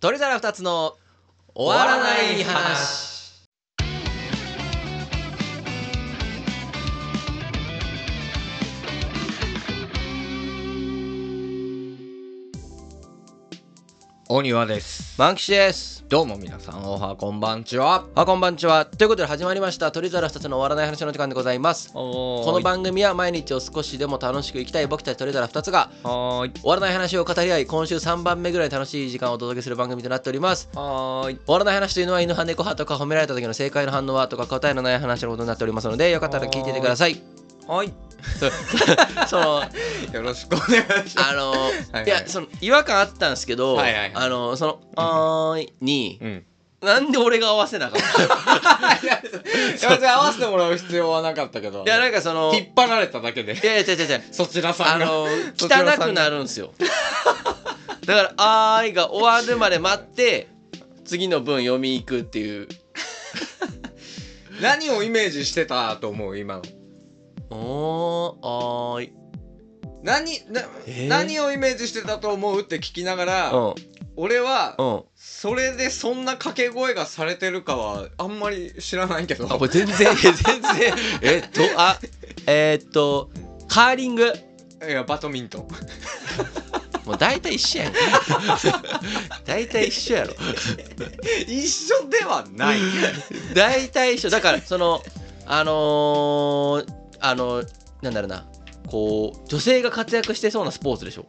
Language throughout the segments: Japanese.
鳥皿2つの終わらない話。 お庭です。 万吉です。 どうも皆さん、おはこんばんちは。 こんばんちは。ということで始まりました鳥皿2つの終わらない話の時間でございます。この番組は毎日を少しでも楽しく生きたい僕たち鳥皿2つが終わらない話を語り合い、今週3番目ぐらい楽しい時間をお届けする番組となっております。終わらない話というのは犬派猫派とか褒められた時の正解の反応はとか答えのない話のことになっておりますので、よかったら聞いててください。 はいそのよろしくお願いします。 いや、その違和感あったんですけど、そのあーいに、なんで俺が合わせなかったいや別に合わせてもらう必要はなかったけど、 いやなんかその引っ張られただけで、 いや違うそちらさんが汚くなるんすよ。だからあーいが終わるまで待って次の文読み行くっていう。 何をイメージしてたと思う今の。 あーい何をイメージしてたと思うって聞きながら、俺はそれでそんな掛け声がされてるかはあんまり知らないけど。 これ全然カーリング、 いやバドミントンもう大体一緒やん。大体一緒やろ。 一緒ではない大体一緒だから、そのなんだろうな、こう女性が活躍してそうなスポーツでしょ。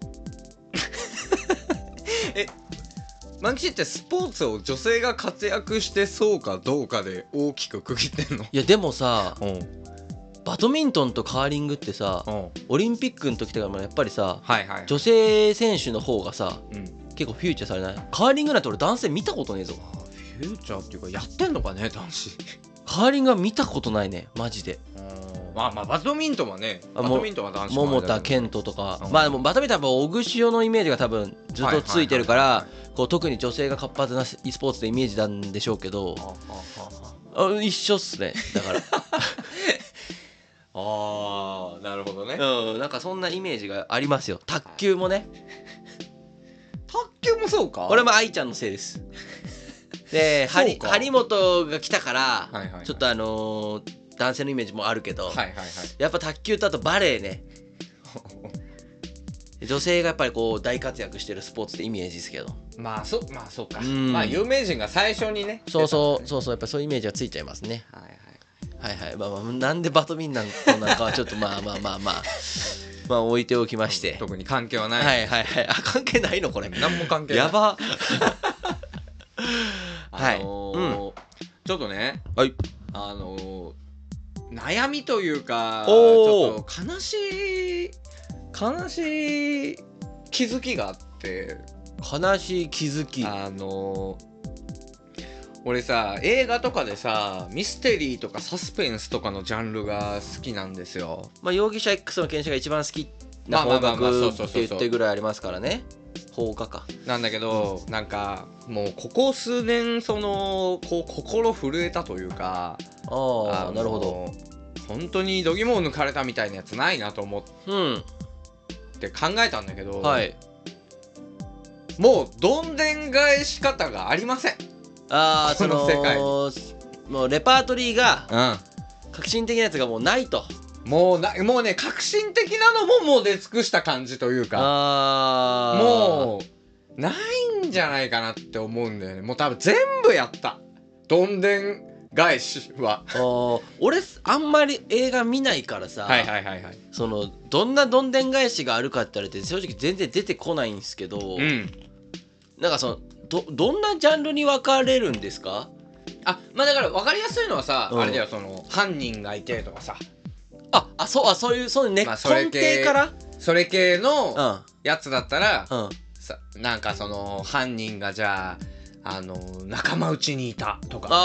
マンキシってスポーツを女性が活躍してそうかどうかで大きく区切ってんの？ いやでもさ、バドミントンとカーリングってさ、オリンピックの時とかもやっぱりさ、女性選手の方がさ、結構フューチャーされない？カーリングなんて俺男性見たことねえぞ。 フューチャーっていうかやってんのかね男子。 カーリングは見たことないねマジで。 まあバドミントンはね、バドミントンは男子も桃田賢斗とか、まあでもバドミントンはやっぱオグシオのイメージが多分ずっとついてるから、こう特に女性が活発な e スポーツでイメージなんでしょうけど、一緒っすねだから。 ああなるほどね。 なんかそんなイメージがありますよ。卓球もね。 卓球もそうか。 俺も愛ちゃんのせいです。で張本が来たから、ちょっと男性のイメージもあるけど、やっぱ卓球とあとバレーね。女性がやっぱりこう大活躍してるスポーツってイメージですけど、 まあそうか。まあ有名人が最初にね、 そうやっぱそういうイメージがついちゃいますね。まあなんでバドミントンなんかはちょっとまあ置いておきまして、 特に関係はない。 関係ないのこれ。 何も関係ない。 やば。 ちょっとね、悩みというか、ちょっと悲しい気づきがあって。 悲しい気づき。 俺さ、映画とかでさ、ミステリーとかサスペンスとかのジャンルが好きなんですよ。 まあ容疑者 X の検視が一番好きな方角って言ってるぐらいありますからね。放課かなんだけど、なんかもうここ数年そのこう心震えたというか、 なるほど。 本当に度肝を抜かれたみたいなやつないなと思って考えたんだけど、もうどんでん返し方がありません。 その世界もうレパートリーが、革新的なやつがもうないと。 もうね、革新的なのももう出尽くした感じというか、もうないんじゃないかなって思うんだよね。もう多分全部やった、どんでん返しは。 俺あんまり映画見ないからさ、そのどんなどんでん返しがあるかって言われて正直全然出てこないんですけど、なんかそのどんなジャンルに分かれるんですか？ まあだから分かりやすいのはさ、あれだよ、その犯人がいてとかさ、 そういう根底からそれ系のやつだったら、なんかその犯人がじゃあ仲間内にいたとか、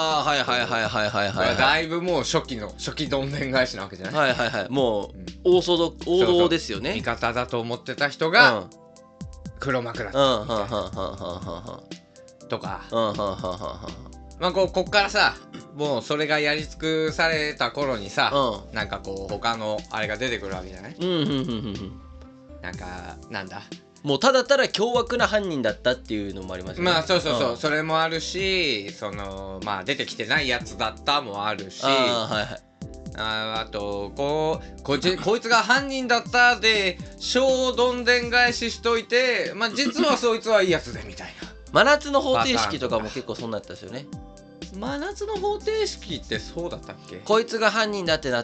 だいぶもう初期どんでん返しなわけじゃない。 もう王道ですよね。 味方だと思ってた人が黒幕だったとか、まあこっからさ、もうそれがやり尽くされた頃にさ、なんかこう他のあれが出てくるわけじゃない。なんかなんだ、 もうただただ凶悪な犯人だったっていうのもありますよね。 まあそうそうそう、それもあるし、そのまあ出てきてないやつだったもあるし、あとこいつが犯人だったで小どんでん返ししといて、まあ実はそいつはいいやつでみたいな。 真夏の方程式とかも結構そんなやったですよね。 真夏の方程式ってそうだったっけ？ こいつが犯人だってなって、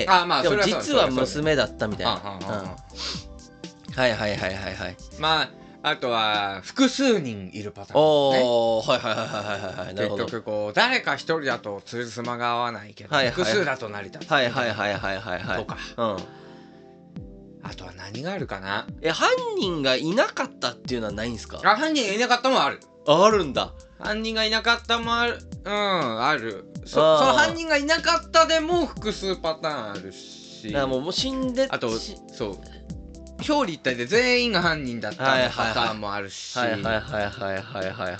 まあでも実は娘だったみたいな。はいはいはいはいはい。 まああとは複数人いるパターン、ね。 はいはいはいはいはい。 結局こう誰か一人だとつじつまが合わないけど、複数だと成り立つ。 はいはいはいはいはいはい。 とか。あとは何があるかな。 犯人がいなかったっていうのはないんですか？ 犯人がいなかったもある。 あるんだ。 犯人がいなかったもある。ある。その犯人がいなかったでも複数パターンあるし。 もう死んで。 あとそう表裏一体で全員が犯人だったパターンもあるし。 はいはいはいはいはいはい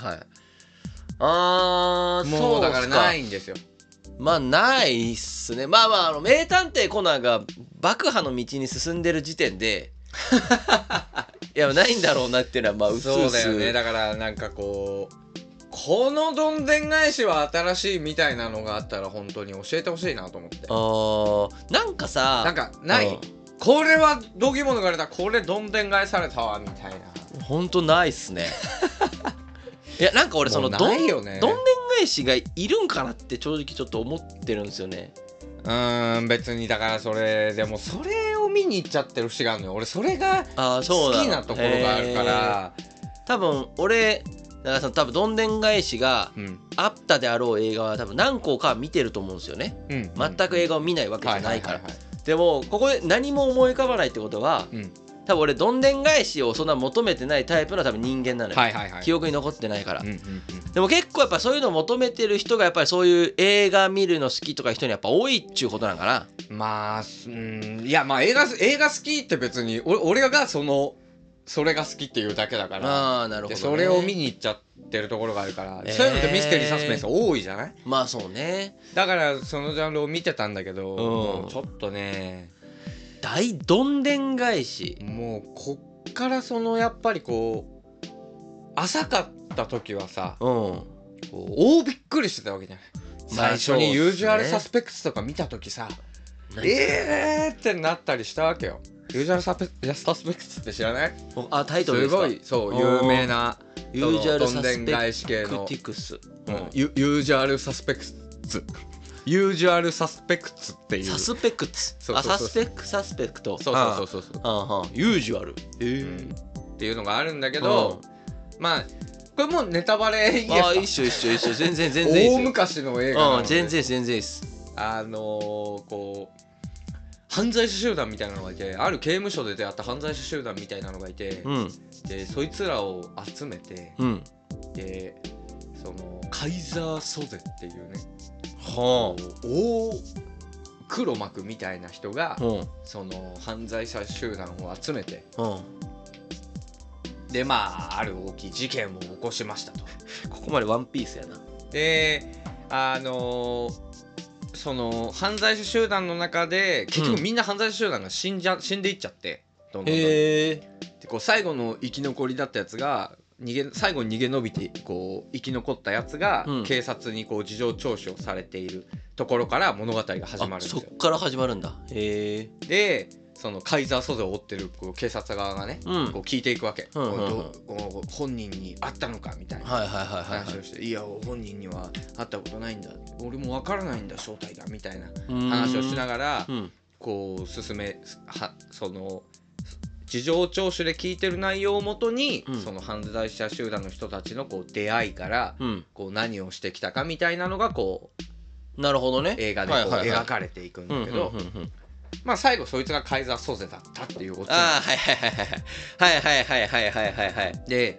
はい。 もうだからないんですよ。 まあないっすね。まあ名探偵コナンが爆破の道に進んでる時点でいやないんだろうなっていうのはまあそうだよね。だからなんかこのどんでん返しは新しいみたいなのがあったら本当に教えてほしいなと思って。 なんかさ、 なんかないこれは度肝抜かれた、これどんでん返されたわみたいな。 ほんとないっすね。いやなんか俺そのどんでん返しがいるんかなって正直ちょっと思ってるんですよね。 別にだからそれでもそれを見に行っちゃってる節があるのよ。俺それが好きなところがあるから。 多分俺だから多分どんでん返しがあったであろう映画は多分何個か見てると思うんですよね。全く映画を見ないわけじゃないから。でもここで何も思い浮かばないってことは、多分俺どんでん返しをそんな求めてないタイプの多分人間なのよ。記憶に残ってないから。でも結構やっぱそういうのを求めてる人がやっぱりそういう映画見るの好きとか人にやっぱ多いっちゅうことなんかな。 まあいやまあ映画好きって別に俺がそれが好きっていうだけだから。 なるほど、ね、 それを見に行っちゃってるところがあるから、そういうのってミステリーサスペンス多いじゃない？ まあそうね。 だからそのジャンルを見てたんだけど、もうちょっとね大どんでん返しもうこっからやっぱりこう浅かった時はさ、大びっくりしてたわけじゃない。最初にユージュアルサスペクツとか見た時さ、ってなったりしたわけよ。ユージュアルサスペクツって知らない？ タイトルですか？ すごいそう有名なユージュアルサスペクティクス、ユージュアルサスペクツユージュアルサスペクツっていうサスペクツサスペクトそうユージュアルっていうのがあるんだけど、まあこれもうネタバレいいですか？ 一緒全然大昔の映画なので全然いいっす。 こう犯罪者集団みたいなのがいて、ある刑務所で出会った犯罪者集団みたいなのがいて、でそいつらを集めて、でそのカイザー・ソゼっていうね、大黒幕みたいな人が、その犯罪者集団を集めて、でまあある大きい事件を起こしましたと。 ここまでワンピースやな。 でその犯罪者集団の中で結局みんな犯罪者集団が死んでいっちゃって、どんどんでこう最後の生き残りだったやつが最後に逃げ延びてこう生き残ったやつが、警察にこう事情聴取をされているところから物語が始まるんですよ。 そっから始まるんだ。 でそのカイザー・ソゼを追ってるこう警察側がね、こう聞いていくわけ。本人に会ったのかみたいな話をして、いや本人には会ったことないんだ、俺も分からないんだ正体がみたいな話をしながら、こうその事情聴取で聞いてる内容をもとに、その犯罪者集団の人たちのこう出会いから、こう何をしてきたかみたいなのがこうなるほどね、 映画でこう描かれていくんだけど、まあ最後そいつがカイザー・ソゼだったっていうことで、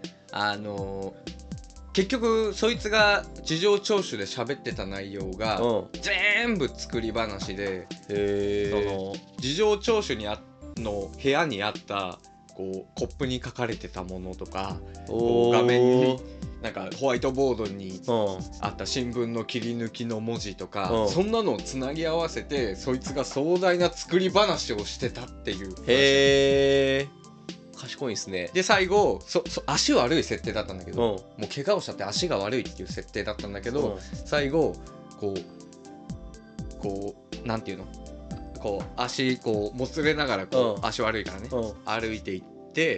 結局そいつが事情聴取で喋ってた内容が全部作り話で、その事情聴取の部屋にあったこうコップに書かれてたものとか、画面になんかホワイトボードにあった新聞の切り抜きの文字とか、そんなのをつなぎ合わせてそいつが壮大な作り話をしてたっていう。 賢いんすね。 で最後足悪い設定だったんだけど、 うん、 もう怪我をしちゃって足が悪いっていう設定だったんだけど、 うん、 最後こうなんていうの、こう足こうもつれながらこう、 うん、 足悪いからね、 うん、 歩いていって、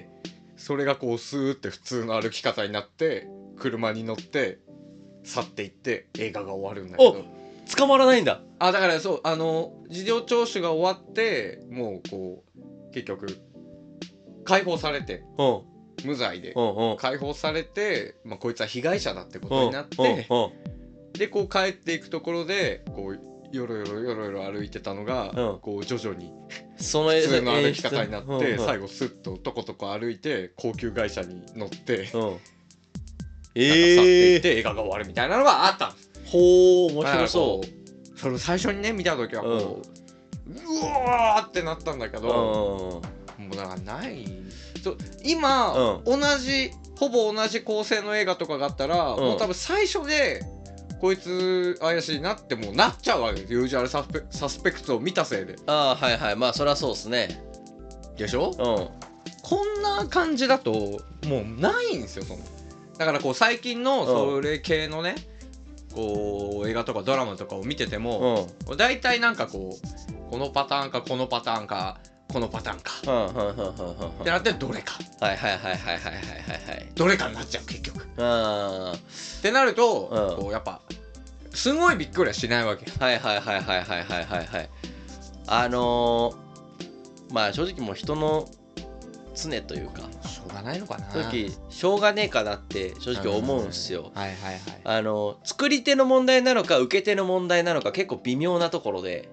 それがこうスーって普通の歩き方になって車に乗って去っていって映画が終わるんだけど、 捕まらないんだ。 だからそう事情聴取が終わってもうこう結局解放されて、 うん、 無罪でうん、 解放されて、こいつは被害者だってことになって、でこう帰っていくところでこうよろよろ歩いてたのが、こう徐々に普通の歩き方になって、最後スッととことこ歩いて高級会社に乗って、去っていって映画が終わるみたいなのがあったんです。 ほう、面白そう。 それ最初にね見た時はこう、うわーってなったんだけど、もうなんかない今、ほぼ同じ構成の映画とかがあったら、もう多分最初でこいつ怪しいなってもうなっちゃうわけです。ユージュアルサスペクツを見たせいで。 はいはい、まあそりゃそうですね。 でしょ。こんな感じだともうないんですよ。だからこう最近のそれ系のね、こう映画とかドラマとかを見てても、大体なんかこうこのパターンかこのパターンかこのパターンかってなってどれか、どれかになっちゃう結局。ってなると、こうやっぱすごいびっくりはしないわけ。 まあ正直もう人の常というかしょうがないのかな。 正直しょうがねえかなって正直思うんすよ。作り手の問題なのか受け手の問題なのか結構微妙なところで。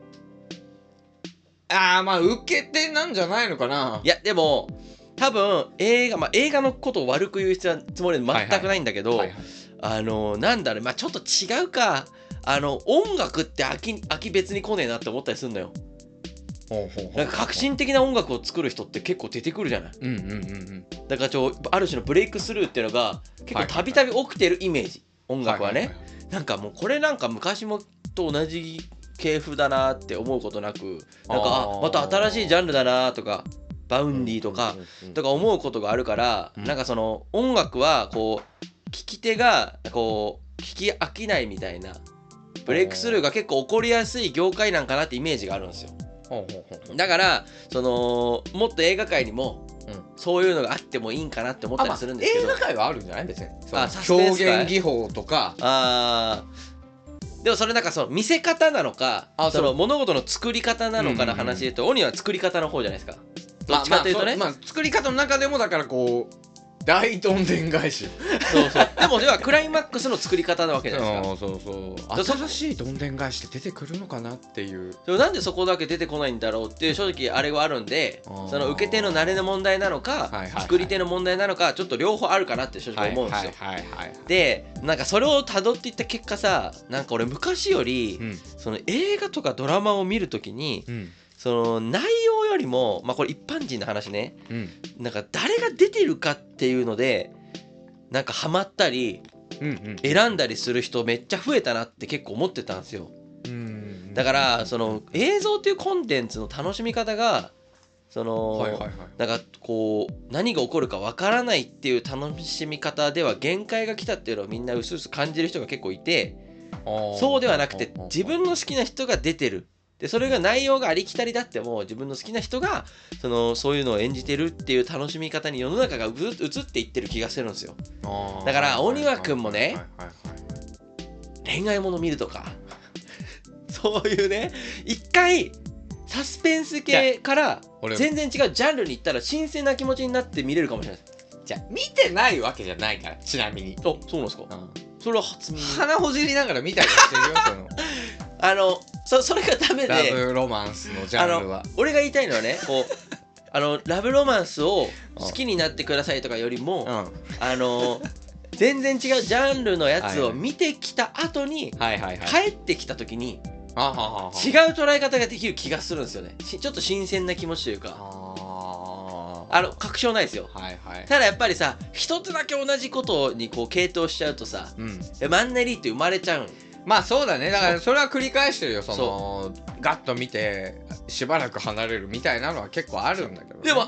まあ受け手なんじゃないのかな。 いやでも多分映画のことを悪く言うつもりは全くないんだけど、なんだろう、ちょっと違うか、音楽って秋別に来ねえなって思ったりするのよ。なんか革新的な音楽を作る人って結構出てくるじゃない。だからある種のブレイクスルーっていうのが結構たびたび起きてるイメージ、音楽はね。なんかもうこれなんか昔もと同じ系譜だなって思うことなく、なんかまた新しいジャンルだなとかバウンディとか思うことがあるから、なんかその音楽はこう聴き手がこう聴き飽きないみたいなブレイクスルーが結構起こりやすい業界なんかなってイメージがあるんですよ。だからもっと映画界にもそういうのがあってもいいんかなって思ったりするんですけど、 映画界はあるんじゃない別に。表現技法とか。 でもそれなんか見せ方なのか物事の作り方なのかの話で言うと、鬼は作り方の方じゃないですか。どっちかというとね、 作り方の中でもだからこう大どんでん返し。 でもクライマックスの作り方なわけじゃないですか。 新しいどんでん返しって出てくるのかなっていう。 でもなんでそこだけ出てこないんだろうっていう正直あれはあるんで、その受け手の慣れの問題なのか作り手の問題なのかちょっと両方あるかなって正直思うんですよ。でなんかそれを辿っていった結果さ、なんか俺昔よりその映画とかドラマを見るときにその内容よりもこれ一般人の話ね、なんか誰が出てるかっていうのでなんかハマったり選んだりする人めっちゃ増えたなって結構思ってたんですよ。だからその映像っていうコンテンツの楽しみ方がなんかこう何が起こるかわからないっていう楽しみ方では限界が来たっていうのをみんな薄々感じる人が結構いて、そうではなくて自分の好きな人が出てる。でそれが内容がありきたりだっても自分の好きな人がそういうのを演じてるっていう楽しみ方に世の中が移っていってる気がするんですよ。だから大庭くんもね、恋愛もの見るとかそういうね、一回サスペンス系から全然違うジャンルに行ったら新鮮な気持ちになって見れるかもしれないです。 じゃあ見てないわけじゃないから、ちなみに。 そうなんですか。それは初耳。 鼻ほじりながら見たりしてるよ。 それがダメで、 ラブロマンスのジャンルは俺が言いたいのはね、こうラブロマンスを好きになってくださいとかよりも、全然違うジャンルのやつを見てきた後に帰ってきた時に違う捉え方ができる気がするんですよね。ちょっと新鮮な気持ちというか、確証ないですよ。ただやっぱりさ、一つだけ同じことにこう傾倒しちゃうとさ、マンネリって生まれちゃう。 そうだね。だからそれは繰り返してるよ。ガッと見てしばらく離れるみたいなのは結構あるんだけど、ね。 でも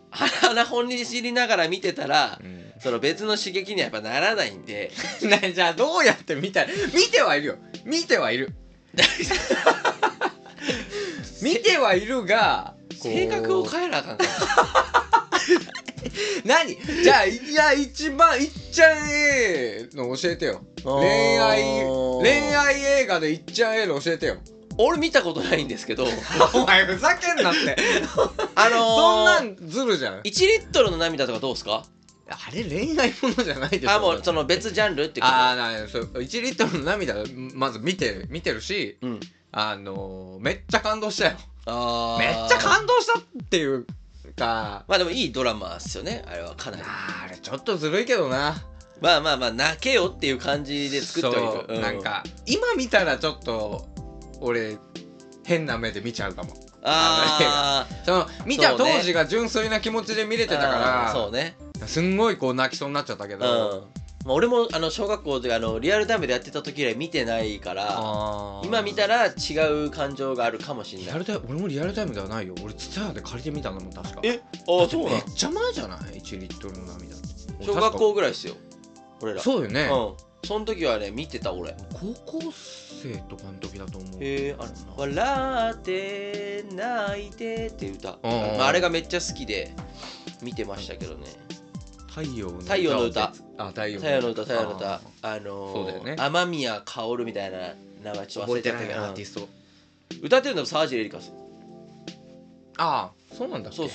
鼻本に知りながら見てたら、その別の刺激にはやっぱならないんでじゃあどうやって見てはいるよ。見てはいる見てはいるが性格を変えなあかんから何じゃあいや一番いっちゃんええの教えてよ。恋愛映画でいっちゃんええの教えてよ。 俺見たことないんですけどお前ふざけんなってそんなんずるじゃん。 1リットルの涙とかどうすか？ あれ恋愛ものじゃないでしょ。 もうその別ジャンルってこと？ そう1リットルの涙まず見てるし、めっちゃ感動したよ。めっちゃ感動したっていうか、 まあでもいいドラマっすよね、あれはかなり。 あれちょっとずるいけどな。 まあ泣けよっていう感じで作ってはいる。 なんか今見たらちょっと俺変な目で見ちゃうかも。その見た当時が純粋な気持ちで見れてたから、 そうね、 すんごいこう泣きそうになっちゃったけど、 俺も小学校でリアルタイムでやってた時以来見てないから、今見たら違う感情があるかもしれない。 俺もリアルタイムではないよ。俺ツタヤで借りてみたのも確か。 そうなの？ めっちゃ前じゃない？1リットルの涙。 小学校ぐらいっすよ俺ら。 そうよね。 その時はね見てた俺。 高校生とかの時だと思う。 笑って泣いてっていう歌、あれがめっちゃ好きで見てましたけどね。太陽の歌。太陽の歌。そうだよね。雨宮薫みたいな名前ちょっと忘れてたけど、アーティスト歌ってるのも沢尻エリカス。 そうなんだっけ。 そう。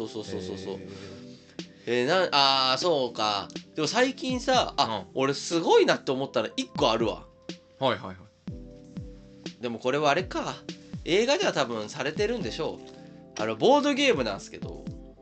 そうか。でも最近さ、俺すごいなって思ったら1個あるわ。 はい。 でもこれはあれか、映画では多分されてるんでしょう。ボードゲームなんですけど、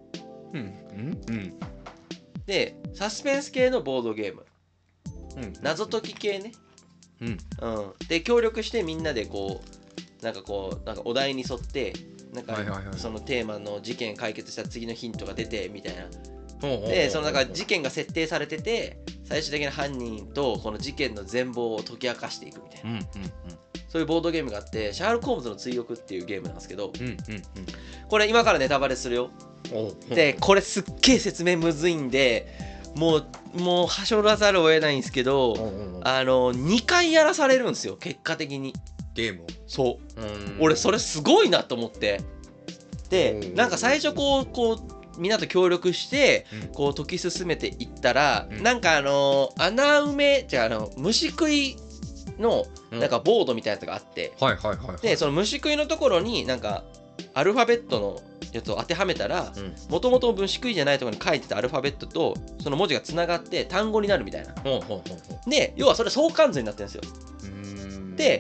でサスペンス系のボードゲーム、謎解き系ね、で協力してみんなでこうなんかお題に沿ってそのテーマの事件解決した次のヒントが出てみたいな。でその事件が設定されてて、最終的な犯人とこの事件の全貌を解き明かしていくみたいな、そういうボードゲームがあって、シャーロック・ホームズの追憶っていうゲームなんですけど、これ今からネタバレするよ。でこれすっげえ説明むずいんでもうはしょらざるを得ないんですけど、2回やらされるんですよ結果的にゲームを。 俺それすごいなと思って。でなんか最初こうみんなと協力してこう解き進めていったら、なんか穴埋め虫食いのなんかボードみたいなやつがあって、でその虫食いのところになんかアルファベットのやつを当てはめたら、もともと虫食いじゃないところに書いてたアルファベットとその文字がつながって単語になるみたいな。で要はそれ相関図になってるんですよ。で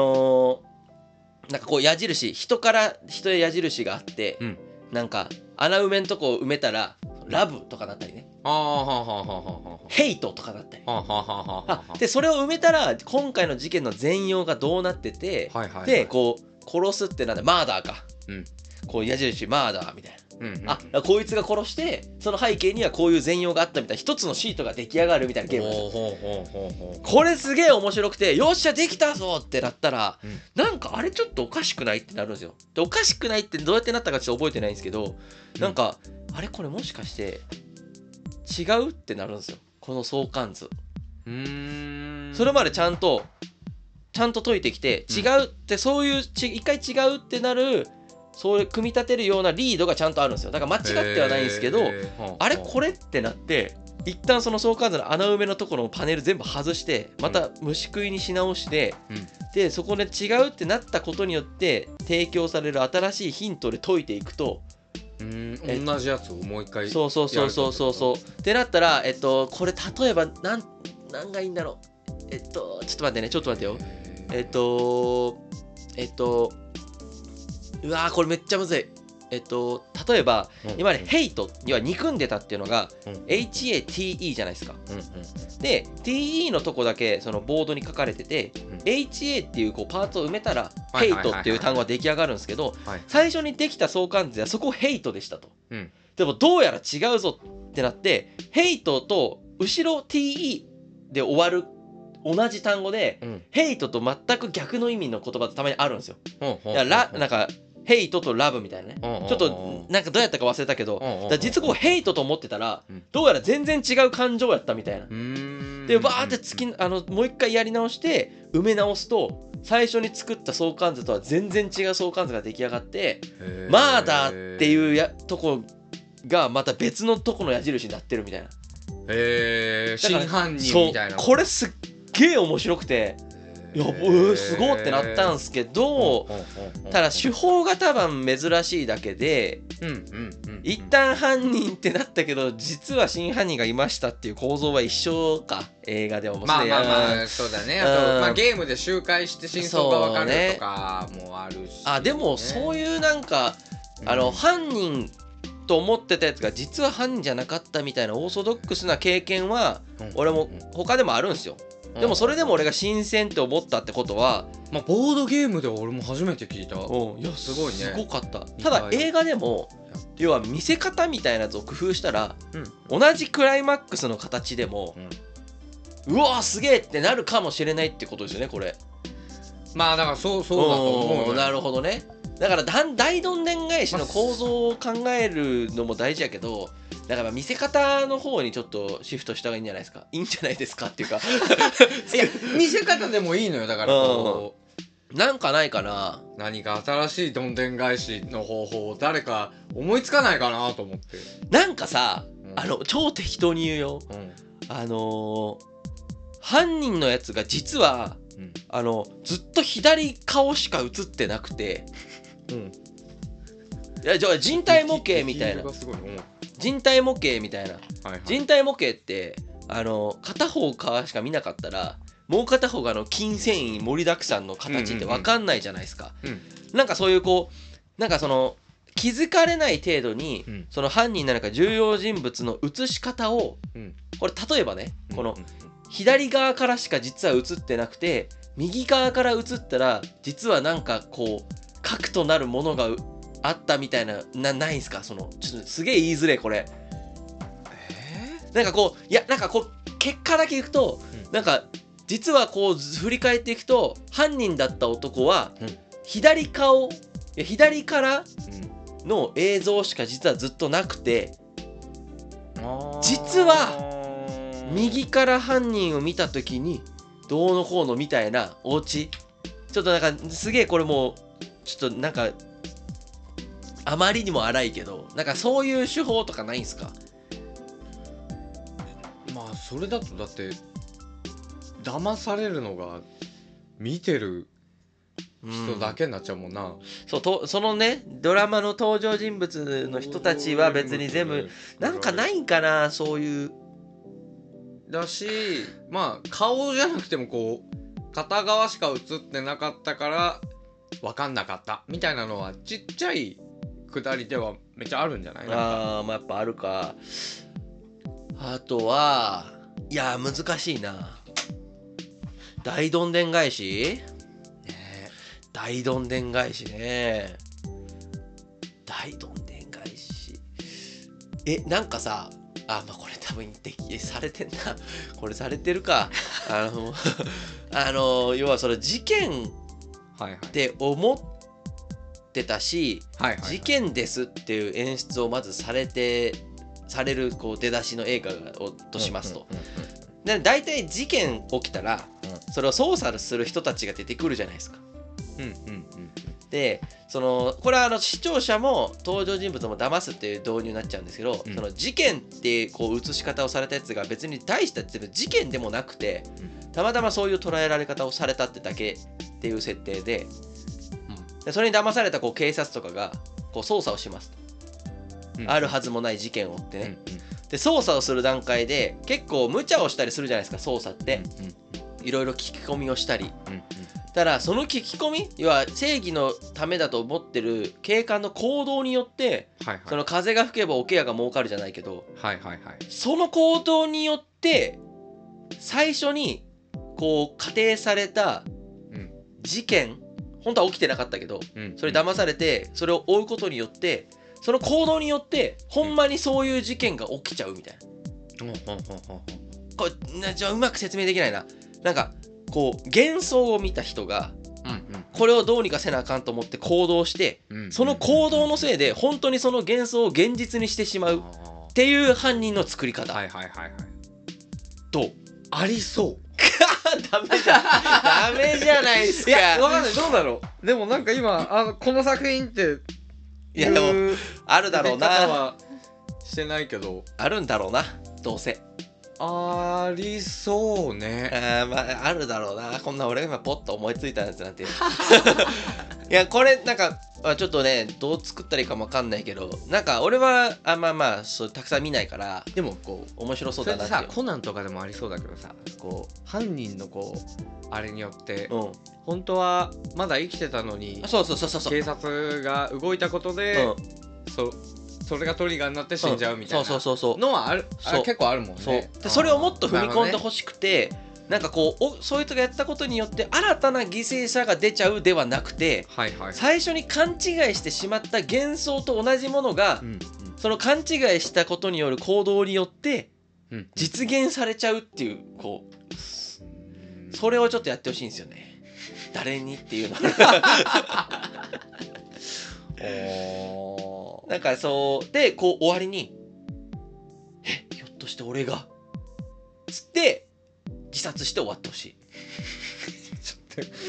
なんかこう矢印、人へ矢印があって、なんか穴埋めのとこを埋めたらラブとかだったりね、ヘイトとかだったり、でそれを埋めたら今回の事件の全容がどうなってて、でこう殺すってなんだ、マーダーか、こう矢印マーダーみたいな、こいつが殺してその背景にはこういう全容があったみたいな一つのシートが出来上がるみたいなゲームですよ。これすげえ面白くて、よっしゃできたぞってなったら、なんかあれちょっとおかしくないってなるんですよ。でおかしくないってどうやってなったかちょっと覚えてないんですけど、なんかあれこれもしかして違うってなるんですよ、この相関図。それまでちゃんと解いてきて、違うってそういう一回違うってなる、そういう組み立てるようなリードがちゃんとあるんですよ。だから間違ってはないんですけど、あれこれってなって一旦その相関図の穴埋めのところのパネル全部外してまた虫食いにし直して、でそこで違うってなったことによって提供される新しいヒントで解いていくと、 同じやつをもう一回そうってなったら、これ例えばなんがいいんだろう。ちょっと待ってよ。うわーこれめっちゃむずい。例えば、今までヘイトには憎んでたっていうのが、HATE じゃないですか。で TE のとこだけそのボードに書かれてて、HA っていうこうパーツを埋めたらヘイトっていう単語が出来上がるんですけど、最初にできた相関図ではそこヘイトでしたと。でもどうやら違うぞってなって、ヘイトと後ろ TE で終わる同じ単語で、ヘイトと全く逆の意味の言葉ってたまにあるんですよ。なんかヘイトとラブみたいなね、ちょっとなんかどうやったか忘れたけど、だから実はこうヘイトと思ってたら、どうやら全然違う感情やったみたいな。でバーってもう一回やり直して埋め直すと、最初に作った相関図とは全然違う相関図が出来上がって、マーダーっていうとこがまた別のとこの矢印になってるみたいな。 真犯人みたいな。 これすっげえ面白くて、いやすごいってなったんすけど、ただ手法が多分珍しいだけで、一旦犯人ってなったけど実は真犯人がいましたっていう構造は一緒か、映画でも。 まあそうだね。あとゲームで周回して真相が分かるとかもあるし。 でもそういうなんか犯人と思ってたやつが実は犯人じゃなかったみたいなオーソドックスな経験は俺も他でもあるんですよ。でもそれでも俺が新鮮って思ったってことは、 ボードゲームでは俺も初めて聞いた。 いやすごいね。 すごかった。ただ映画でも要は見せ方みたいなやつを工夫したら、同じクライマックスの形でも、うわすげえってなるかもしれないってことですよね、これ。 だからそうだと思う。 なるほどね。だから大どんでん返しの構造を考えるのも大事やけど、だから見せ方の方にちょっとシフトした方がいいんじゃないですか。いいんじゃないですかっていうかいや見せ方でもいいのよ。だからなんかないかな、 何か新しいどんでん返しの方法を誰か思いつかないかなと思って。 なんかさ、超適当に言うよ、犯人のやつが実は、ずっと左顔しか映ってなくて、いやじゃあ人体模型みたいな、人体模型みたいな、人体模型って片方側しか見なかったらもう片方が筋繊維盛りだくさんの形って分かんないじゃないですか。なんかそういうなんか気づかれない程度に、その犯人なのか重要人物の映し方を、これ例えばね、この左側からしか実は映ってなくて右側から映ったら実はなんか核となるものがあったみたいな、ないんすか？ちょっとすげえ言いづれこれ。なんかなんか結果だけいくと、なんか実は振り返っていくと犯人だった男は、左からの映像しか実はずっとなくて、実は右から犯人を見た時にどうのこうのみたいなオチ。ちょっとなんかすげえこれもうちょっとなんかあまりにも荒いけど、なんかそういう手法とかないんすか？ それだとだって騙されるのが見てる人だけになっちゃうもんな。 そのねドラマの登場人物の人たちは別に全部なんかないんかな、そういうだし、顔じゃなくても片側しか映ってなかったから分かんなかったみたいなのはちっちゃいくだりではめっちゃあるんじゃない？ やっぱあるか。あとはいや難しいな。大どんでん返し、大どんでん返しね。大どんでん返しなんかさ、これ多分されてんなこれされてるか要はそれ事件って思ってたし、事件ですっていう演出をまずされる出だしの映画としますと、で大体事件起きたら、それを捜査する人たちが出てくるじゃないですか。でこれは視聴者も登場人物も騙すっていう導入になっちゃうんですけど、その事件って映し方をされたやつが別に大した事件でもなくて、たまたまそういう捉えられ方をされたってだけっていう設定で、それに騙された警察とかが捜査をしますと、あるはずもない事件を追ってね、で捜査をする段階で結構無茶をしたりするじゃないですか、捜査って。いろいろ聞き込みをしたり、ただその聞き込み、要は正義のためだと思ってる警官の行動によって、その風が吹けば桶屋が儲かるじゃないけど、その行動によって最初に仮定された事件、本当は起きてなかったけど、それ騙されてそれを追うことによって、その行動によってほんまにそういう事件が起きちゃうみたいな。これじゃあうまく説明できないな。なんか幻想を見た人が、 これをどうにかせなあかんと思って行動して、その行動のせいで本当にその幻想を現実にしてしまうっていう犯人の作り方。どう？ ありそうダメじゃないですか。 いや、わかんない、どうだろう。でもなんか今この作品っていやでもあるだろうな。 はしてないけどあるんだろうな、どうせ。 ありそうね。 まああるだろうな。こんな俺が今ポッと思いついたやつなんていやこれなんかちょっとねどう作ったらいいかもわかんないけど、なんか俺はまあそうたくさん見ないから、でもこう面白そうだなって。 それさコナンとかでもありそうだけどさ、こう犯人のこうあれによって、本当はまだ生きてたのに、 そう警察が動いたことで、それがトリガーになって死んじゃうみたいなのはある。結構あるもんね。 でそれをもっと踏み込んでほしくて、なんかこうそいつがやったことによって新たな犠牲者が出ちゃうではなくて、最初に勘違いしてしまった幻想と同じものが、その勘違いしたことによる行動によって実現されちゃうっていう、こうそれをちょっとやってほしいんですよね。誰にっていうのなんかそうでこう終わりにひょっとして俺がつって自殺して終わってほしい。 ちょっと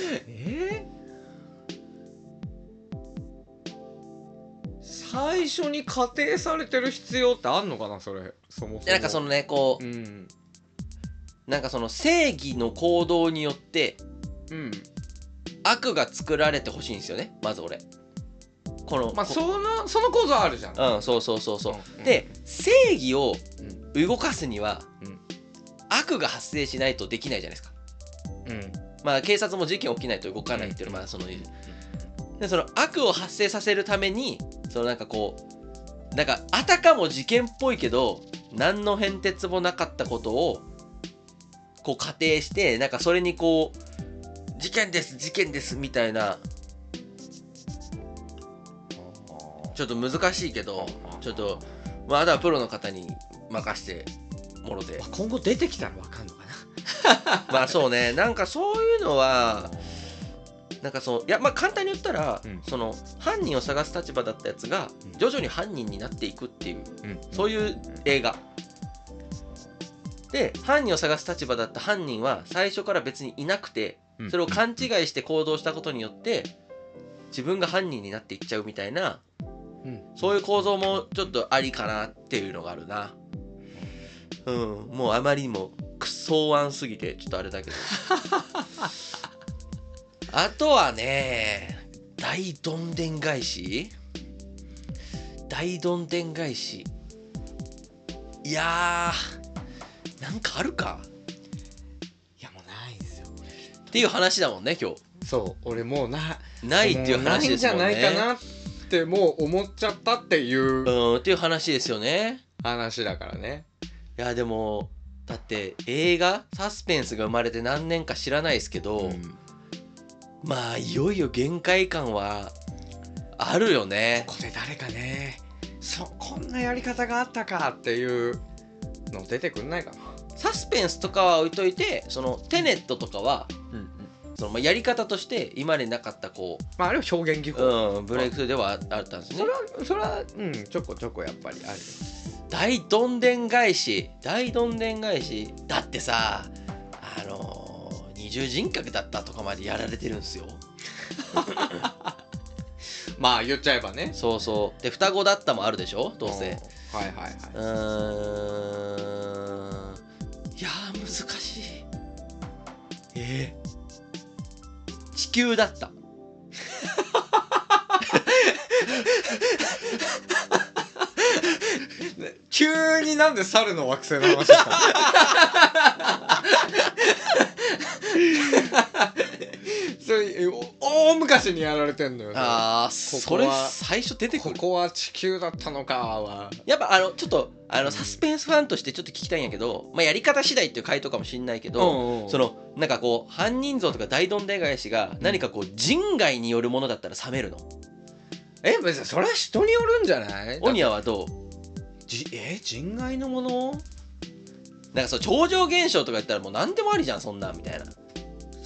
最初に仮定されてる必要ってあんのかな、それ。そもそもなんかそのねこう、なんかその正義の行動によって、悪が作られてほしいんですよね、まず俺。このその構造あるじゃん。 そうで正義を動かすには、悪が発生しないとできないじゃないですか。まあ警察も事件起きないと動かないっていうのはまあそのでその悪を発生させるために、そのなんかこうなんかあたかも事件っぽいけど何の変哲もなかったことをこう仮定して、なんかそれにこう事件ですみたいな、ちょっと難しいけど、ちょっとまだプロの方に任してもろて、 今後出てきたら分かんのかな。 まあそうね、なんかそういうのはなんかそういやまあ簡単に言ったら、その犯人を探す立場だったやつが徐々に犯人になっていくっていう、そういう映画で、犯人を探す立場だった犯人は最初から別にいなくて、それを勘違いして行動したことによって自分が犯人になっていっちゃうみたいな、そういう構造もちょっとありかなっていうのがあるな。もうあまりにもクソ案すぎてちょっとあれだけどあとはね、大どんでん返しいやーなんかあるか。 いやもうないんですよっていう話だもんね今日。 そう俺もうないっていう話ですもんね。 ないんじゃないかなってもう思っちゃったっていうっていう話ですよね。 話だからね。 いやでもだって映画サスペンスが生まれて何年か知らないですけど、まあいよいよ限界感はあるよね。 ここで誰かねこんなやり方があったかっていうの出てくんないかな。 サスペンスとかは置いといて、そのテネットとかは、そのやり方として今までなかったこう、 あれは表現技法、 ブレイクスルーではあったんですね。 それはちょこちょこやっぱりある。 大どんでん返しだってさ、二重人格だったとかまでやられてるんですよまあ言っちゃえばね。 そうで双子だったもあるでしょどうせ。いや難しい。地球だった急になんで猿の惑星の話したそれ大昔にやられてんのよ。 それ最初出てくる。 ここは地球だったのかはやっぱちょっとサスペンスファンとしてちょっと聞きたいんやけど、まあやり方次第っていう回答かもしんないけど、そのなんかこう犯人像とか大どんでん返しが何かこう人外によるものだったら冷めるの？ 別にそれは人によるんじゃない？ オニアはどう？ 人外のもの？ なんかそう超常現象とか言ったらもう何でもありじゃんそんなんみたいな。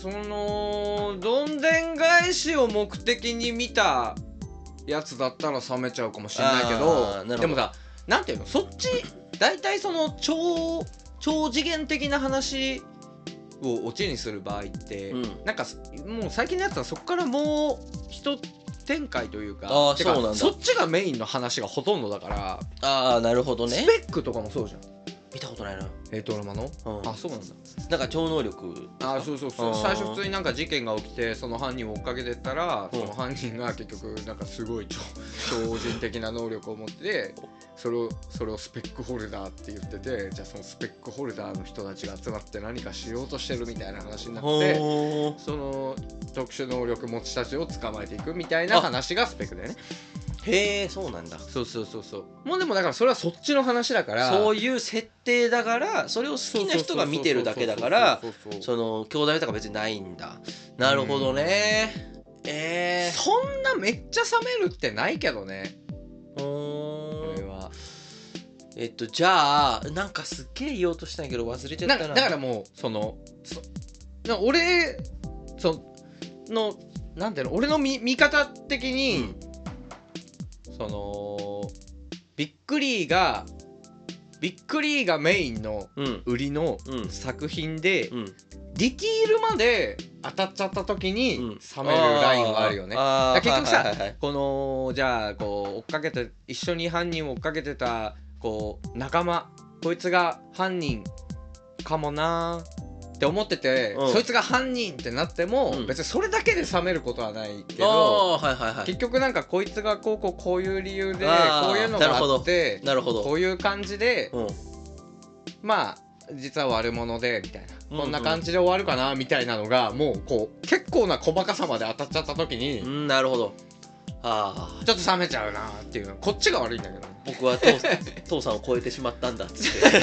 そのどんでん返しを目的に見たやつだったら冷めちゃうかもしれないけど、でもさ、なんていうの、そっち大体その超次元的な話をオチにする場合って、なんかもう最近のやつはそこからもう一展開というか、 そうなんだ、 そっちがメインの話がほとんどだから。 ああ、なるほどね。 スペックとかもそうじゃん。 見たことないな。 ドラマの、あ、そうなんだ。 なんか超能力。 あ、そうそうそう。最初普通になんか事件が起きて、その犯人を追っかけてったら、その犯人が結局なんかすごい超人的な能力を持ってて、それをスペックホルダーって言ってて、じゃあそのスペックホルダーの人たちが集まって何かしようとしてるみたいな話になって、その特殊能力持ちたちを捕まえていくみたいな話がスペックだよね。 へえ、そうなんだ。 そうそうそうそう。もうでもだからそれはそっちの話だから、 そういう設定だから、それを好きな人が見てるだけだから、その兄弟とか別にないんだ。なるほどね。 そんなめっちゃ冷めるってないけどね。 これはじゃあなんかすっげえ言おうとしたんやけど忘れちゃったな。 だからもう俺のなんていうの、俺の見方的に、そのビックリーがメインの売りの作品で、ディティールまで当たっちゃった時に冷めるラインはあるよね。結局さ、このじゃあこう追っかけて一緒に犯人を追っかけてたこう仲間、こいつが犯人かもなって思ってて、そいつが犯人ってなっても、別にそれだけで冷めることはないけど、結局なんかこいつがこういう理由でこういうのがあって、こういう感じで、まあ実は悪者でみたいな、こんな感じで終わるかなみたいなのがもうこう結構な細かさまで当たっちゃった時に、 なるほど、 ちょっと冷めちゃうなっていうの、こっちが悪いんだけど、 僕は父さんを超えてしまったんだっつって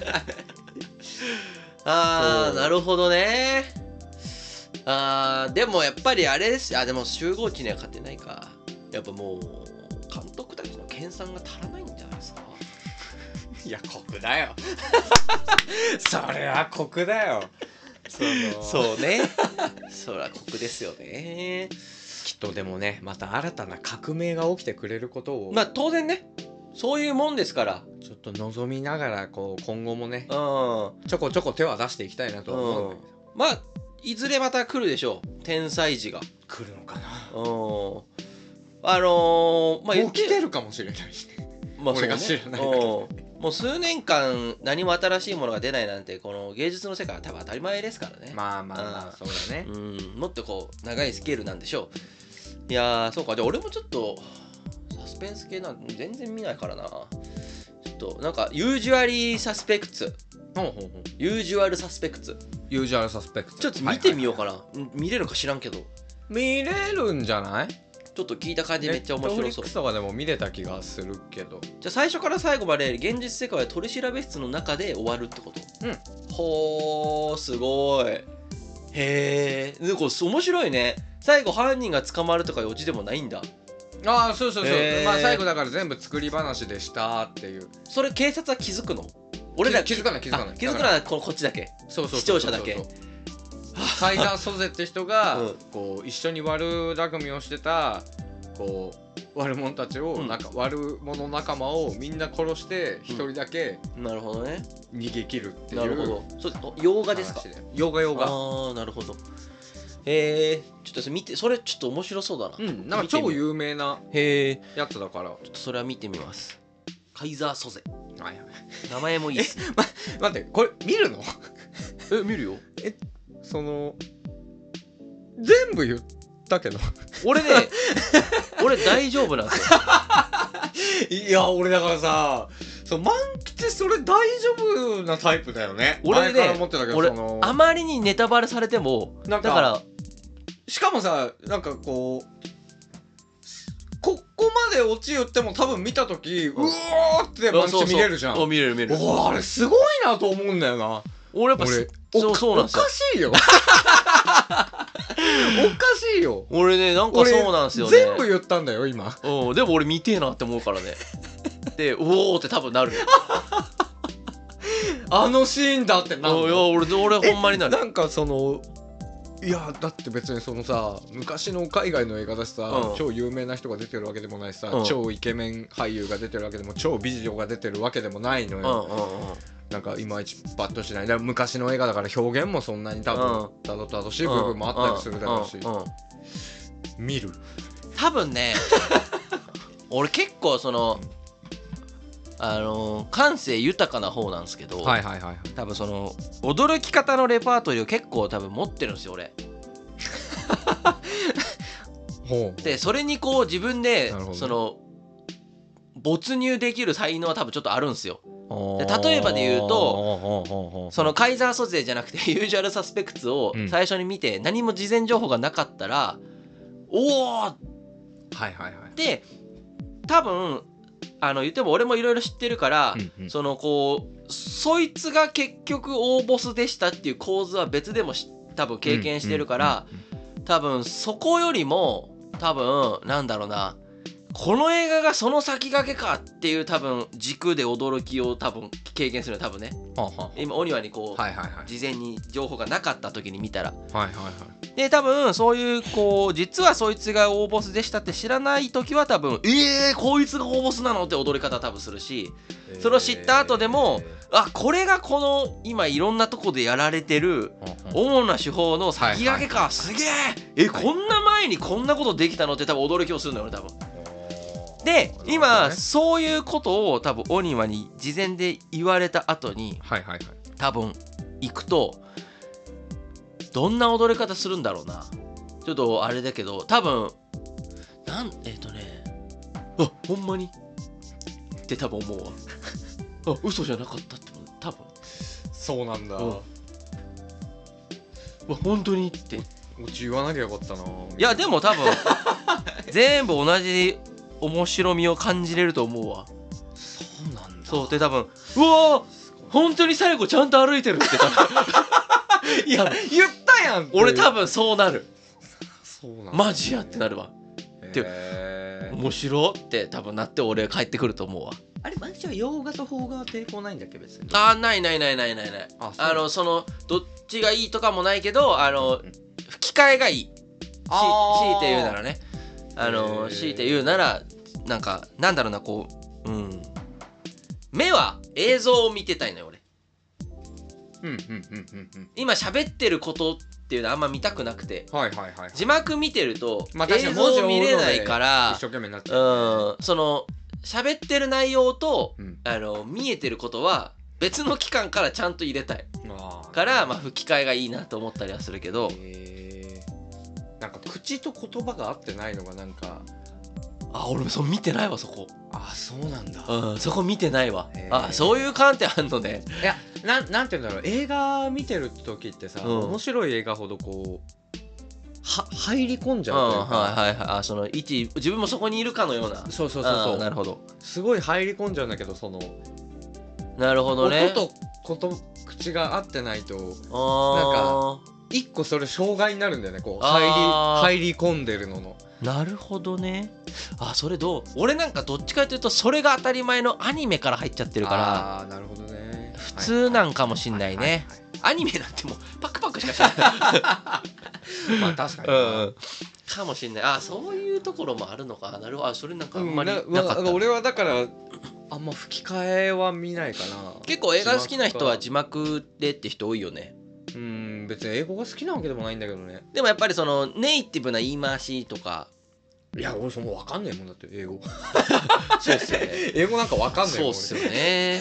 なるほどね。でもやっぱりあれですよ。でも集合値には勝てないか。やっぱもう監督たちの研鑽が足らないんじゃないですか。 いや、酷だよそれは酷だよ。 そうねそりゃ酷ですよね。 きっとでもね、また新たな革命が起きてくれることを、 まあ当然ね、そういうもんですから、 ちょっと望みながらこう今後もね、ちょこちょこ手は出していきたいなと思う。 まあいずれまた来るでしょう、天才児が。 来るのかな。 もう来てるかもしれないしね。俺が知らないだけで。 もう数年間何も新しいものが出ないなんて、この芸術の世界は多分当たり前ですからね。 まあそうだね。 もっとこう長いスケールなんでしょう。いやー、そうか。じゃあ俺もちょっとサスペンス系なんて全然見ないからな。ちょっとなんかユージュアルサスペクツユージュアルサスペクツちょっと見てみようかな。見れるか知らんけど。 見れるんじゃない？ ちょっと聞いた感じめっちゃ面白そう。 ネットフリックスとかでも見れた気がするけど。 じゃあ最初から最後まで現実世界は取り調べ室の中で終わるってこと？ほー、すごい。へー、なんか面白いね。最後犯人が捕まるとかいうオチでもないんだ。 そうそう。まあ最後だから全部作り話でしたっていう。 それ警察は気づくの？俺ら気づかない。 気づくのはこっちだけ。視聴者だけ。 カイザー・ソゼって人がこう一緒に悪巧みをしてたこう悪者たちを、なんか悪者仲間をみんな殺して一人だけなるほどね逃げ切るっていう。 なるほど。洋画ですか？ 洋画。 なるほど。ちょっと見て、それちょっと面白そうだな。 なんか超有名なやつだから、ちょっとそれは見てみます。カイザー・ソゼ。名前もいいっす。 待って、これ見るの？ 見るよ。 全部言ったけど俺大丈夫なんですよ。 いや、俺だからさ、満吉それ大丈夫なタイプだよね。 俺ね、 俺あまりにネタバレされても、だからしかもさ、なんかこまでオチ言っても多分見た時、うおーって満吉見れるじゃん。 見れる。 あれすごいなと思うんだよな。 俺やっぱそうなんですよ。 おかしいよおかしいよ。 俺ね、なんかそうなんですよね。 全部言ったんだよ今。 でも俺見てえなって思うからね。で、おーって多分なるよ。 あのシーンだってなる。 俺ほんまになる。 なんかいやだって別にそのさ昔の海外の映画だしさ、超有名な人が出てるわけでもないしさ、超イケメン俳優が出てるわけでも超美女が出てるわけでもないのよ、なんかいまいちパッとしない。だから昔の映画だから表現もそんなに多分たどたどしい部分もあったりするだろうし、見る多分ね俺結構その感性豊かな方なんですけど、多分その驚き方のレパートリーを結構多分持ってるんですよ俺でそれにこう自分でその没入できる才能は多分ちょっとあるんですよ。で例えばで言うとそのカイザー蘇生じゃなくてユージュアルサスペクツを最初に見て何も事前情報がなかったら、おおで多分言っても俺もいろいろ知ってるから、そのこうそいつが結局大ボスでしたっていう構図は別でも多分経験してるから、多分そこよりも多分なんだろうな、この映画がその先駆けかっていう多分軸で驚きを多分経験するの多分ね、今お庭にこう事前に情報がなかった時に見たら、で多分そういうこう実はそいつが大ボスでしたって知らない時は多分こいつが大ボスなのって踊り方多分するし、それを知った後でもこれがこの今いろんなとこでやられてる主な手法の先駆けか、すげえこんな前にこんなことできたのって多分驚きをするんだよね多分。で今そういうことを多分オニワに事前で言われた後に多分行くとどんな踊り方するんだろうな。ちょっとあれだけど多分ほんまにって多分思うわ嘘じゃなかったって多分そうなんだ、 本当にってうち言わなきゃよかったな。いやでも多分全部同じ面白みを感じれると思うわ。 そうなんだ。 そうで多分うわ本当に最後ちゃんと歩いてるって多分いや言ったやん。 俺多分そうなる。 そうなんだ、 マジやってなるわ。で面白って多分なって俺帰ってくると思うわ。 あれマジは洋画と邦画は抵抗ないんだっけ別に。 ないそのどっちがいいとかもないけど吹き替えがいい。強いて言うならね強いて言うならなんかなんだろうなこう目は映像を見てたいのよ俺。今喋ってることっていうのはあんま見たくなくて、字幕見てると映像見れないから一生懸命になっちゃう、 その喋ってる内容と、見えてることは別の期間からちゃんと入れたいから、吹き替えがいいなと思ったりはするけど、 なんか口と言葉が合ってないのがなんか俺も見てないわそこ。 そうなんだ。 そこ見てないわ。そういう観点あんのね。 いやなんて言うんだろう、映画見てる時ってさ、面白い映画ほどこう入り込んじゃうというか、 その自分もそこにいるかのような。 そうなるほど。 すごい入り込んじゃうんだけど、そのなるほどね。 音と口が合ってないとなんか一個それ障害になるんだよね、こう入り込んでるの。 なるほどね。それ俺なんかどっちかというとそれが当たり前のアニメから入っちゃってるから、 なるほどね、 普通なんかもしんないね。アニメなんてもうパクパクしかしない確かに、 かもしんない。そういうところもあるのか。なるほど。それなんかあんまりなかった。 俺はだからあんま吹き替えは見ないかな。 結構映画好きな人は字幕でって人多いよね。 別に英語が好きなわけでもないんだけどね。 でもやっぱりそのネイティブな言い回しとか、 いや俺その分かんないもんだって英語そうっすよね英語なんか分かんないもん。 そうっすよね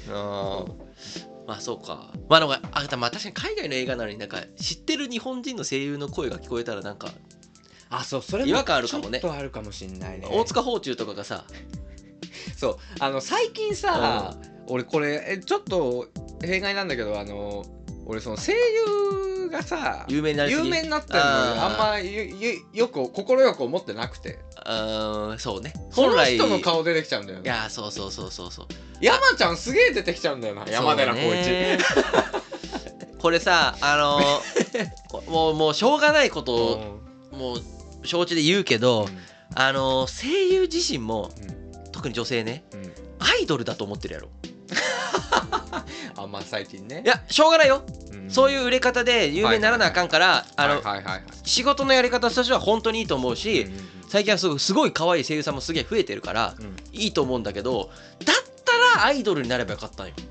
そうか。でも確かに海外の映画なのになんか知ってる日本人の声優の声が聞こえたらなんかそれも違和感あるかもね。 ちょっとあるかもしんないね。 大塚芳忠とかがさそう最近さ、俺これちょっと弊害なんだけど俺その声優がさ有名になってるのにあんまよく快く思ってなくて、 そうね。 本来その人の顔出てきちゃうんだよね。 いやそう山ちゃんすげえ出てきちゃうんだよな、山寺宏一これさもうしょうがないことをもう承知で言うけど、声優自身も、特に女性ね、アイドルだと思ってるやろ。 まあ最近ね。 いやしょうがないよ、 うん、 そういう売れ方で有名にならなあかんから、仕事のやり方としては本当にいいと思うし、最近はすごい可愛い声優さんもすげえ増えてるから、いいと思うんだけど、だったらアイドルになればよかったんよ。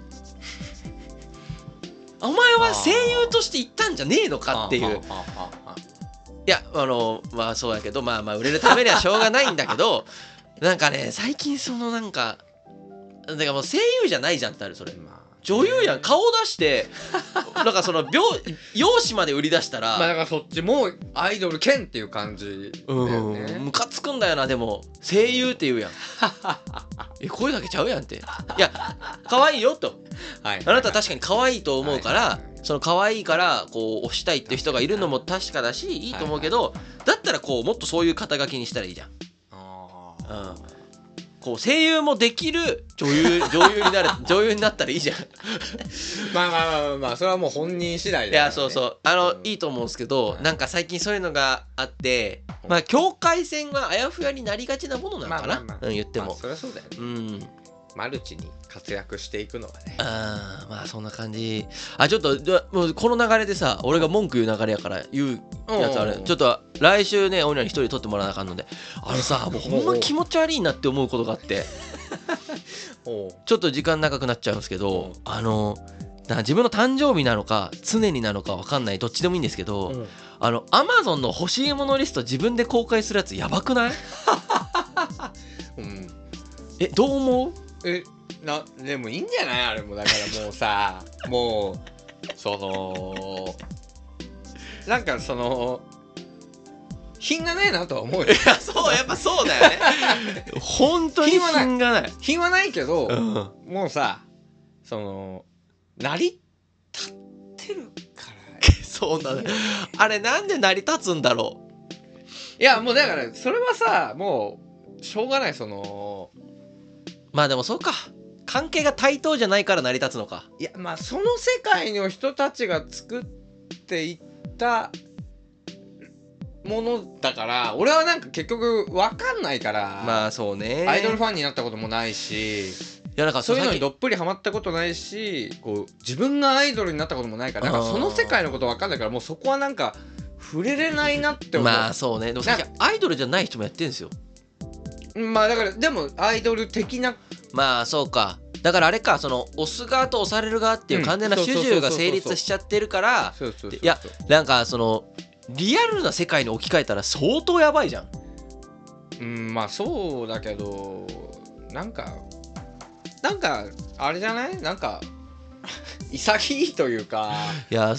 お前は声優として行ったんじゃねえのかっていう。いやまあそうやけど、まあ売れるためにはしょうがないんだけどなんかね最近そのなんかだからもう声優じゃないじゃんってあるそれ。女優やん、顔出してなんかその容姿まで売り出したらまあだからそっちもアイドル兼っていう感じだよね。 ムカつくんだよな。でも声優って言うやん声だけちゃうやんって。いや可愛いよと、あなたは確かに可愛いと思うから、その可愛いからこう推したいっていう人がいるのも確かだしいいと思うけど、だったらこうもっとそういう肩書きにしたらいいじゃん。こう声優もできる女優になったらいいじゃんまあそれはもう本人次第だよね。いやそういいと思うんですけど、なんか最近そういうのがあって、まあ境界線はあやふやになりがちなものなのかな、言っても。 そりゃそうだよね。マルチに活躍していくのはね。 まあそんな感じ。ちょっともうこの流れでさ、俺が文句言う流れやから言うやつある。ちょっと来週ね、俺らに一人取ってもらわなあかんので、もうほんま気持ち悪いなって思うことがあってちょっと時間長くなっちゃうんですけど、自分の誕生日なのか常になのか分かんない、どっちでもいいんですけど、Amazon の欲しいものリスト自分で公開するやつやばくない？どう思う？ でもいいんじゃない？あれもだからもうさもうなんか品がないなとは思うよ。いやそうやっぱそうだよね本当に品がない。 品はないけど、もうさ成り立ってるからそうだね。あれなんで成り立つんだろう。いやもうだからそれはさもうしょうがない。 まあでもそうか、関係が対等じゃないから成り立つのか。 いやまあその世界の人たちが作っていったものだから俺はなんか結局分かんないから。 まあそうね、 アイドルファンになったこともないし、いやなんかそういうのにどっぷりハマったことないし、こう自分がアイドルになったこともないから、なんかその世界のこと分かんないから、もうそこはなんか触れれないなって思う。 まあそうね。でもさっきアイドルじゃない人もやってるんですよ。 まあだからでもアイドル的な。 まあそうか、だからあれか、押す側と押される側っていう完全な主従が成立しちゃってるから、いやなんかリアルな世界に置き換えたら相当やばいじゃん。 まあそうだけどなんかあれじゃない？なんか潔いというか。 いや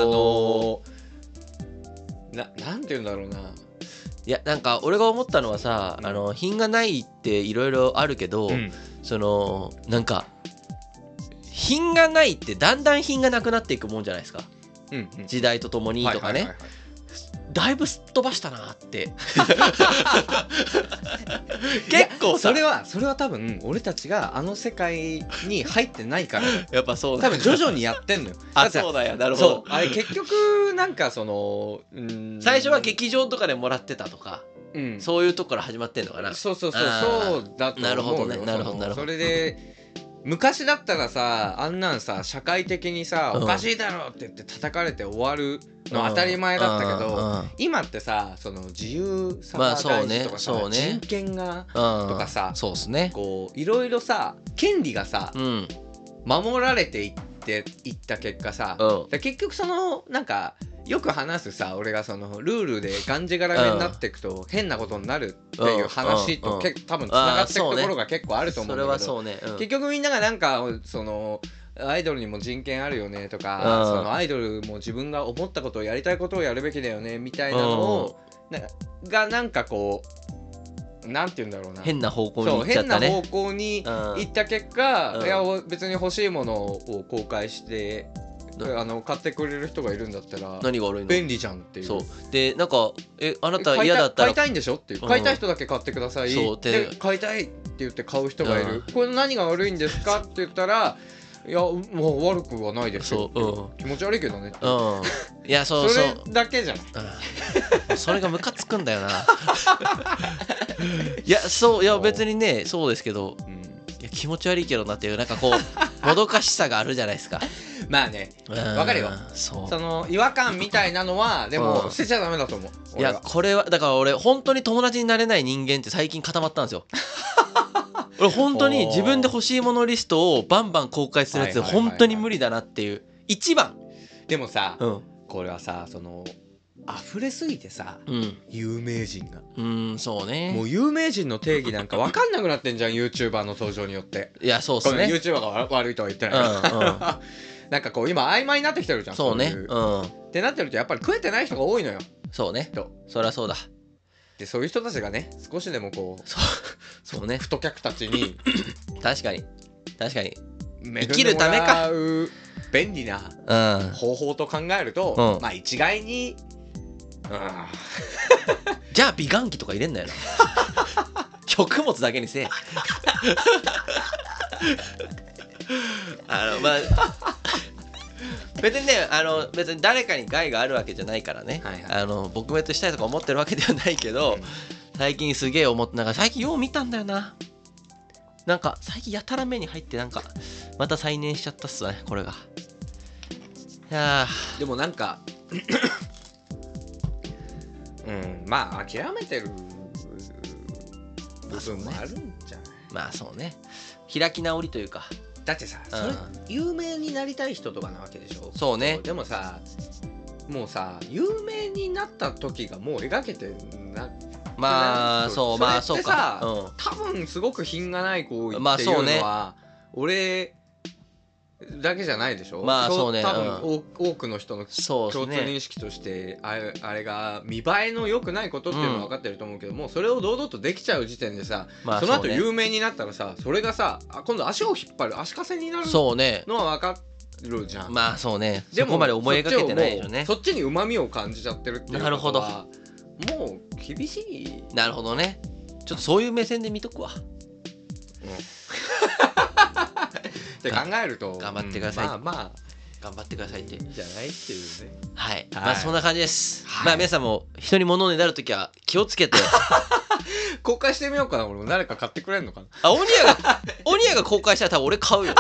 なんて言うんだろうな。 いやなんか俺が思ったのはさ、品がないっていろいろあるけど、なんか品がないってだんだん品がなくなっていくもんじゃないですか、時代とともにとかね。だいぶすっ飛ばしたなって結構さ、 それは多分俺たちがあの世界に入ってないからやっぱそうだ、 多分徐々にやってんのよそうだよ、なるほど。 あれ結局なんか最初は劇場とかでもらってたとか、そういうとこから始まってんのかな。 そうだと思うよ。 なるほどね、なるほど。 それで昔だったらさ、あんなんさ社会的にさ、おかしいだろって言って叩かれて終わるの当たり前だったけど、今ってさ自由さが大事とかさ、人権がとかさ、 そうですね、 こういろいろさ権利がさ、守られていった結果さ、結局なんかよく話すさ、俺がルールでがんじがらめになっていくと変なことになるっていう話と多分つながっていくところが結構あると思うんだけど、結局みんながなんかアイドルにも人権あるよねとか、アイドルも自分が思ったことをやりたいことをやるべきだよねみたいなのをなんかこうなんて言うんだろうな、 変な方向に行っちゃったね。 変な方向に行った結果、いや別に欲しいものを公開して買ってくれる人がいるんだったら何が悪いの？ 便利じゃんっていう。 そうで、なんかあなた嫌だったら買いたいんでしょっていう、買いたい人だけ買ってください。で買いたいって言って買う人がいる、これ何が悪いんですかって言ったら、いやもう悪くはないですよ、気持ち悪いけどねって、 いやそれだけじゃない、 それがムカつくんだよな。いや別にねそうですけど、 気持ち悪いけどなっていうなんかこうもどかしさがあるじゃないですか。 まあね、わかるよ。その違和感みたいなのはでも捨てちゃダメだと思う。 いやこれはだから俺本当に友達になれない人間って最近固まったんですよ。俺本当に自分で欲しいものリストをバンバン公開するやつ本当に無理だなっていう一番。 でもさ、これはさその溢れすぎてさ、有名人がそうね、 もう有名人の定義なんか分かんなくなってんじゃんYouTuber の登場によって。 いやそうっすね、 YouTuber が悪いとは言ってないなんかこう今曖昧になってきてるじゃん。 そうね、 ってなってるとやっぱり食えてない人が多いのよ。 そうね、そりゃそうだ。 でそういう人たちがね少しでもこうそうね、 太客たちに確かに生きるためか便利な方法と考えると、まあ一概にじゃあ美顔器とか入れんなよな食物だけにせえまあ別にね別に誰かに害があるわけじゃないからね、撲滅したいとか思ってるわけではないけど、最近すげえ思ってなんか最近よう見たんだよな。なんか最近やたら目に入ってなんかまた再燃しちゃったっすねこれが。いやでもなんかまあ諦めてる部分もあるんじゃない。 まあそうね、開き直りというか。 だってさ、それ有名になりたい人とかなわけでしょ。 そうね。 でもさもうさ有名になった時がもう描けてな。 まあそうまあそうか、 多分すごく品がない行為っていうのは俺だけじゃないでしょ。 まあそうね、 多分多くの人の共通認識としてあれが見栄えの良くないことっていうのは分かってると思うけども、それを堂々とできちゃう時点でさ、その後有名になったらさそれがさ今度足を引っ張る足かせになるのは分かるじゃん。 まあそうね、そこまで思い描けてないよね。 そっちに旨味を感じちゃってるっていうことはなるほど、 もう厳しい。 なるほどね、ちょっとそういう目線で見とくわ。 って考えると頑張ってください。 まあ頑張ってくださいっていいんじゃないっていうね。 はい、まあそんな感じです。まあ皆さんも人に物をねだるときは気をつけて公開してみようかな。俺も誰か買ってくれんのかな。 あ、鬼谷が公開したら多分俺買うよ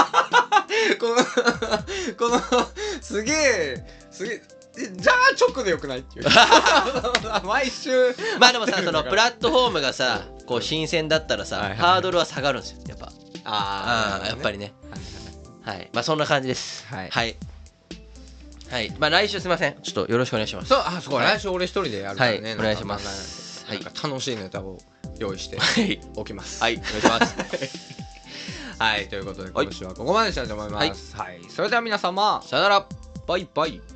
このすげえじゃあ直でよくないっていう毎週まあでもさそのプラットフォームがさこう新鮮だったらさハードルは下がるんですよやっぱ。やっぱりね。はい、まあそんな感じです。はいまあ来週すみませんちょっとよろしくお願いします。 そう来週俺一人でやるからね。 お願いします。 なんか楽しいネタを用意しておきます。 はいお願いしますはいということで今週はここまでしたいと思います。はいそれでは皆様さよなら、 バイバイ。